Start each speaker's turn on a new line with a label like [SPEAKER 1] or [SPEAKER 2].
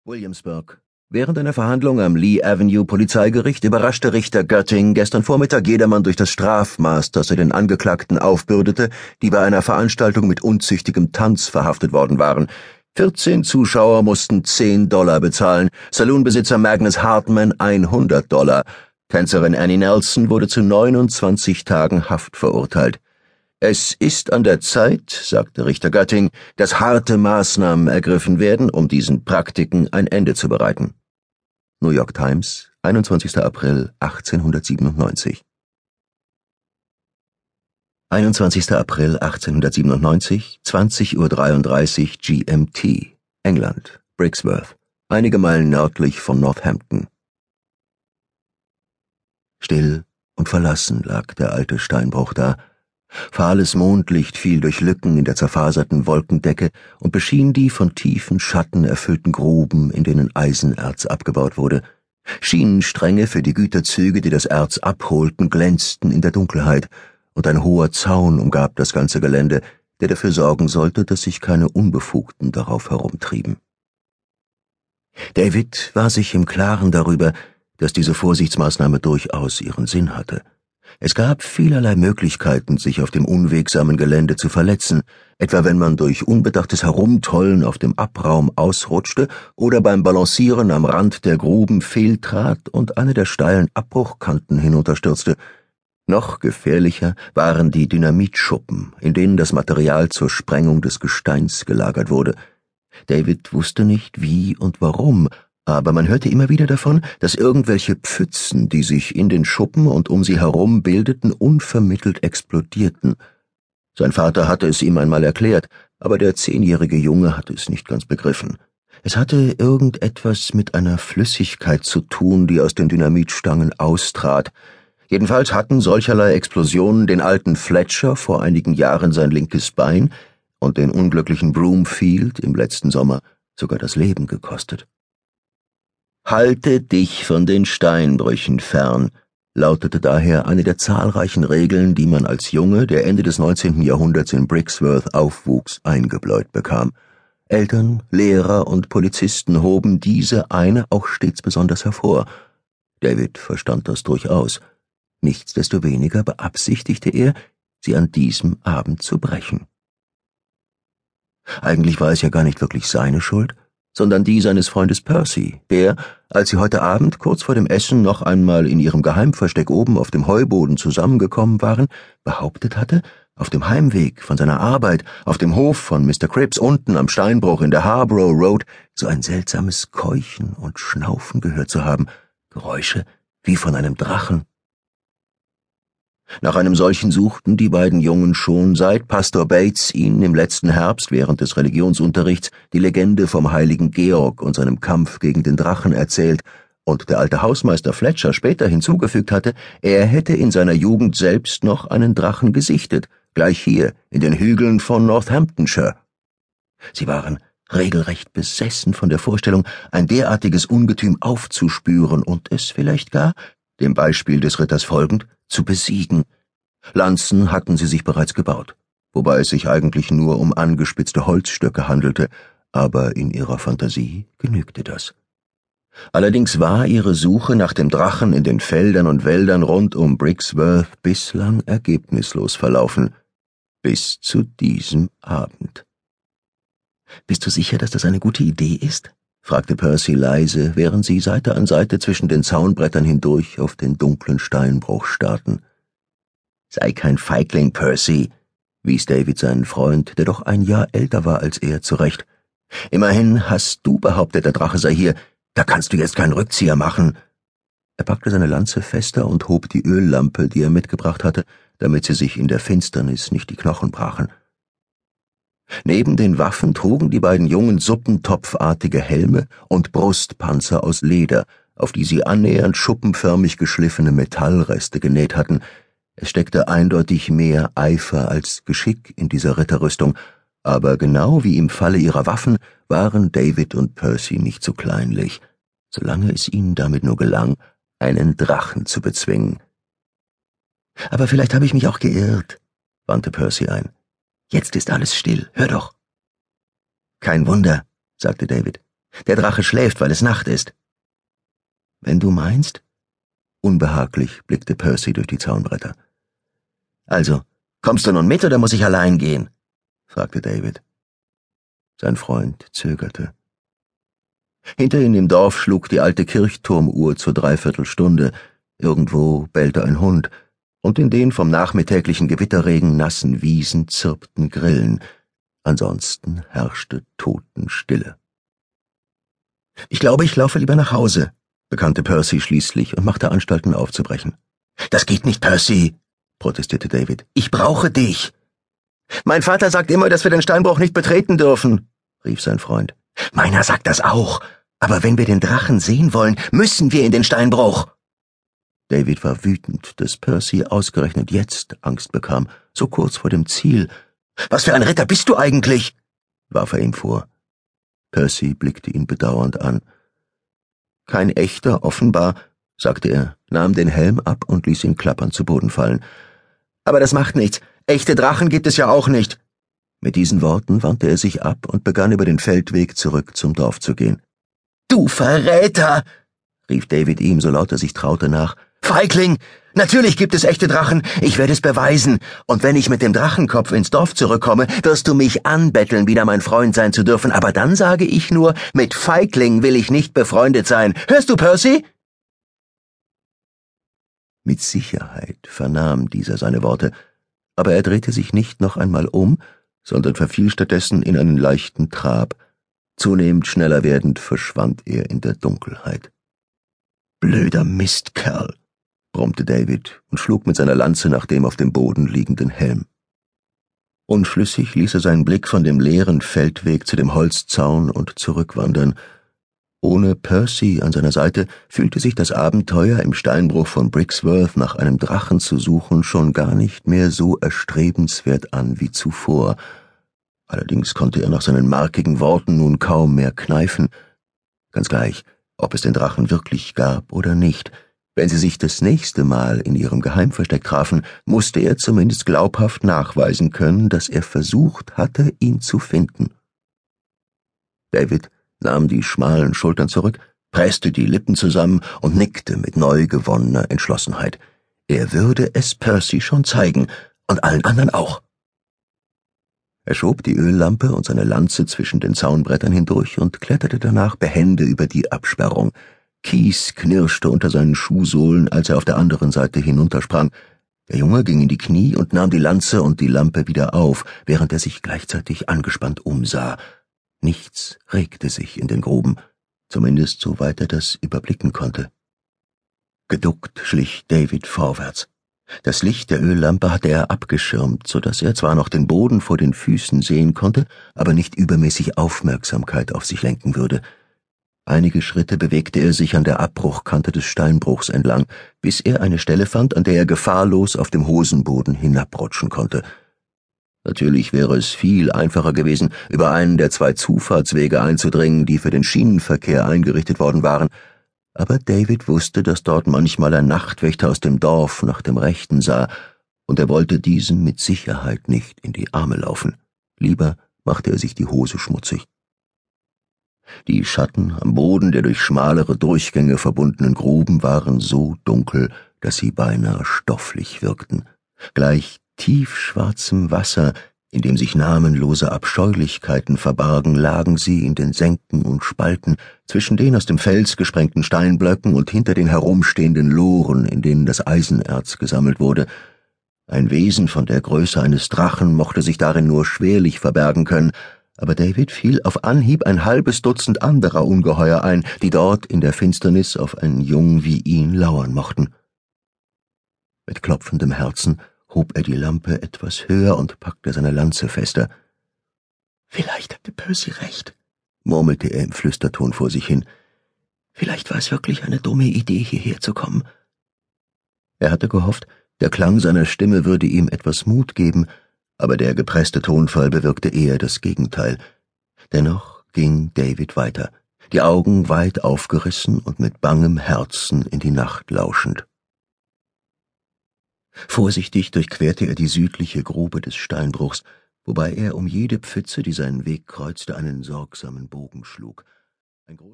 [SPEAKER 1] Williamsburg. Während einer Verhandlung am Lee Avenue Polizeigericht überraschte Richter Götting gestern Vormittag jedermann durch das Strafmaß, das er den Angeklagten aufbürdete, die bei einer Veranstaltung mit unzüchtigem Tanz verhaftet worden waren. 14 Zuschauer mussten $10 bezahlen, Saloonbesitzer Magnus Hartman $100. Tänzerin Annie Nelson wurde zu 29 Tagen Haft verurteilt. Es ist an der Zeit, sagte Richter Götting, dass harte Maßnahmen ergriffen werden, um diesen Praktiken ein Ende zu bereiten. New York Times, 21. April 1897. 21. April 1897, 20:33 Uhr GMT, England, Brixworth, einige Meilen nördlich von Northampton. Still und verlassen lag der alte Steinbruch da. Fahles Mondlicht fiel durch Lücken in der zerfaserten Wolkendecke und beschien die von tiefen Schatten erfüllten Gruben, in denen Eisenerz abgebaut wurde. Schienenstränge für die Güterzüge, die das Erz abholten, glänzten in der Dunkelheit, und ein hoher Zaun umgab das ganze Gelände, der dafür sorgen sollte, dass sich keine Unbefugten darauf herumtrieben. David war sich im Klaren darüber, dass diese Vorsichtsmaßnahme durchaus ihren Sinn hatte. Es gab vielerlei Möglichkeiten, sich auf dem unwegsamen Gelände zu verletzen, etwa wenn man durch unbedachtes Herumtollen auf dem Abraum ausrutschte oder beim Balancieren am Rand der Gruben fehltrat und eine der steilen Abbruchkanten hinunterstürzte. Noch gefährlicher waren die Dynamitsschuppen, in denen das Material zur Sprengung des Gesteins gelagert wurde. David wusste nicht, wie und warum, aber man hörte immer wieder davon, dass irgendwelche Pfützen, die sich in den Schuppen und um sie herum bildeten, unvermittelt explodierten. Sein Vater hatte es ihm einmal erklärt, aber der 10-jährige Junge hatte es nicht ganz begriffen. Es hatte irgendetwas mit einer Flüssigkeit zu tun, die aus den Dynamitstangen austrat. Jedenfalls hatten solcherlei Explosionen den alten Fletcher vor einigen Jahren sein linkes Bein und den unglücklichen Broomfield im letzten Sommer sogar das Leben gekostet. »Halte dich von den Steinbrüchen fern«, lautete daher eine der zahlreichen Regeln, die man als Junge, der Ende des 19. Jahrhunderts in Brixworth aufwuchs, eingebläut bekam. Eltern, Lehrer und Polizisten hoben diese eine auch stets besonders hervor. David verstand das durchaus. Nichtsdestoweniger beabsichtigte er, sie an diesem Abend zu brechen. Eigentlich war es ja gar nicht wirklich seine Schuld, sondern die seines Freundes Percy, der, als sie heute Abend kurz vor dem Essen noch einmal in ihrem Geheimversteck oben auf dem Heuboden zusammengekommen waren, behauptet hatte, auf dem Heimweg von seiner Arbeit auf dem Hof von Mr. Cripps unten am Steinbruch in der Harborough Road so ein seltsames Keuchen und Schnaufen gehört zu haben, Geräusche wie von einem Drachen. Nach einem solchen suchten die beiden Jungen schon, seit Pastor Bates ihnen im letzten Herbst während des Religionsunterrichts die Legende vom heiligen Georg und seinem Kampf gegen den Drachen erzählt und der alte Hausmeister Fletcher später hinzugefügt hatte, er hätte in seiner Jugend selbst noch einen Drachen gesichtet, gleich hier in den Hügeln von Northamptonshire. Sie waren regelrecht besessen von der Vorstellung, ein derartiges Ungetüm aufzuspüren und es vielleicht gar, dem Beispiel des Ritters folgend, zu besiegen. Lanzen hatten sie sich bereits gebaut, wobei es sich eigentlich nur um angespitzte Holzstöcke handelte, aber in ihrer Fantasie genügte das. Allerdings war ihre Suche nach dem Drachen in den Feldern und Wäldern rund um Brixworth bislang ergebnislos verlaufen, bis zu diesem Abend. »Bist du sicher, dass das eine gute Idee ist?« fragte Percy leise, während sie Seite an Seite zwischen den Zaunbrettern hindurch auf den dunklen Steinbruch starrten. »Sei kein Feigling, Percy«, wies David seinen Freund, der doch ein Jahr älter war als er, zurecht. »Immerhin hast du behauptet, der Drache sei hier, da kannst du jetzt keinen Rückzieher machen.« Er packte seine Lanze fester und hob die Öllampe, die er mitgebracht hatte, damit sie sich in der Finsternis nicht die Knochen brachen. Neben den Waffen trugen die beiden Jungen suppentopfartige Helme und Brustpanzer aus Leder, auf die sie annähernd schuppenförmig geschliffene Metallreste genäht hatten. Es steckte eindeutig mehr Eifer als Geschick in dieser Ritterrüstung, aber genau wie im Falle ihrer Waffen waren David und Percy nicht so kleinlich, solange es ihnen damit nur gelang, einen Drachen zu bezwingen. »Aber vielleicht habe ich mich auch geirrt«, wandte Percy ein. »Jetzt ist alles still, hör doch.« »Kein Wunder«, sagte David. Der Drache schläft, weil es Nacht ist. Wenn du meinst? Unbehaglich blickte Percy durch die Zaunbretter. Also, kommst du nun mit oder muss ich allein gehen? Fragte David. Sein Freund zögerte. Hinter ihnen im Dorf schlug die alte Kirchturmuhr zur Dreiviertelstunde. Irgendwo bellte ein Hund, und in den vom nachmittäglichen Gewitterregen nassen Wiesen zirpten Grillen. Ansonsten herrschte Totenstille. »Ich glaube, ich laufe lieber nach Hause«, bekannte Percy schließlich und machte Anstalten aufzubrechen. »Das geht nicht, Percy«, protestierte David. »Ich brauche dich.« »Mein Vater sagt immer, dass wir den Steinbruch nicht betreten dürfen«, rief sein Freund. »Meiner sagt das auch. Aber wenn wir den Drachen sehen wollen, müssen wir in den Steinbruch.« David war wütend, dass Percy ausgerechnet jetzt Angst bekam, so kurz vor dem Ziel. »Was für ein Ritter bist du eigentlich?« warf er ihm vor. Percy blickte ihn bedauernd an. »Kein echter, offenbar«, sagte er, nahm den Helm ab und ließ ihn klappernd zu Boden fallen. »Aber das macht nichts. Echte Drachen gibt es ja auch nicht.« Mit diesen Worten wandte er sich ab und begann über den Feldweg zurück zum Dorf zu gehen. »Du Verräter!« rief David ihm, so laut er sich traute, nach. »Feigling! Natürlich gibt es echte Drachen. Ich werde es beweisen. Und wenn ich mit dem Drachenkopf ins Dorf zurückkomme, wirst du mich anbetteln, wieder mein Freund sein zu dürfen. Aber dann sage ich nur, mit Feigling will ich nicht befreundet sein. Hörst du, Percy?« Mit Sicherheit vernahm dieser seine Worte, aber er drehte sich nicht noch einmal um, sondern verfiel stattdessen in einen leichten Trab. Zunehmend schneller werdend verschwand er in der Dunkelheit. »Blöder Mistkerl«, brummte David und schlug mit seiner Lanze nach dem auf dem Boden liegenden Helm. Unschlüssig ließ er seinen Blick von dem leeren Feldweg zu dem Holzzaun und zurückwandern. Ohne Percy an seiner Seite fühlte sich das Abenteuer, im Steinbruch von Brixworth nach einem Drachen zu suchen, schon gar nicht mehr so erstrebenswert an wie zuvor. Allerdings konnte er nach seinen markigen Worten nun kaum mehr kneifen. Ganz gleich, ob es den Drachen wirklich gab oder nicht. Wenn sie sich das nächste Mal in ihrem Geheimversteck trafen, musste er zumindest glaubhaft nachweisen können, dass er versucht hatte, ihn zu finden. David nahm die schmalen Schultern zurück, presste die Lippen zusammen und nickte mit neu gewonnener Entschlossenheit. Er würde es Percy schon zeigen, und allen anderen auch. Er schob die Öllampe und seine Lanze zwischen den Zaunbrettern hindurch und kletterte danach behende über die Absperrung. Kies knirschte unter seinen Schuhsohlen, als er auf der anderen Seite hinuntersprang. Der Junge ging in die Knie und nahm die Lanze und die Lampe wieder auf, während er sich gleichzeitig angespannt umsah. Nichts regte sich in den Gruben, zumindest soweit er das überblicken konnte. Geduckt schlich David vorwärts. Das Licht der Öllampe hatte er abgeschirmt, so dass er zwar noch den Boden vor den Füßen sehen konnte, aber nicht übermäßig Aufmerksamkeit auf sich lenken würde. Einige Schritte bewegte er sich an der Abbruchkante des Steinbruchs entlang, bis er eine Stelle fand, an der er gefahrlos auf dem Hosenboden hinabrutschen konnte. Natürlich wäre es viel einfacher gewesen, über einen der 2 Zufahrtswege einzudringen, die für den Schienenverkehr eingerichtet worden waren, aber David wusste, dass dort manchmal ein Nachtwächter aus dem Dorf nach dem Rechten sah, und er wollte diesem mit Sicherheit nicht in die Arme laufen. Lieber machte er sich die Hose schmutzig. Die Schatten am Boden der durch schmalere Durchgänge verbundenen Gruben waren so dunkel, dass sie beinahe stofflich wirkten. Gleich tiefschwarzem Wasser, in dem sich namenlose Abscheulichkeiten verbargen, lagen sie in den Senken und Spalten, zwischen den aus dem Fels gesprengten Steinblöcken und hinter den herumstehenden Loren, in denen das Eisenerz gesammelt wurde. Ein Wesen von der Größe eines Drachen mochte sich darin nur schwerlich verbergen können, aber David fiel auf Anhieb ein halbes Dutzend anderer Ungeheuer ein, die dort in der Finsternis auf einen Jungen wie ihn lauern mochten. Mit klopfendem Herzen hob er die Lampe etwas höher und packte seine Lanze fester. »Vielleicht hatte Percy recht«, murmelte er im Flüsterton vor sich hin. »Vielleicht war es wirklich eine dumme Idee, hierher zu kommen.« Er hatte gehofft, der Klang seiner Stimme würde ihm etwas Mut geben, aber der gepresste Tonfall bewirkte eher das Gegenteil. Dennoch ging David weiter, die Augen weit aufgerissen und mit bangem Herzen in die Nacht lauschend. Vorsichtig durchquerte er die südliche Grube des Steinbruchs, wobei er um jede Pfütze, die seinen Weg kreuzte, einen sorgsamen Bogen schlug. Ein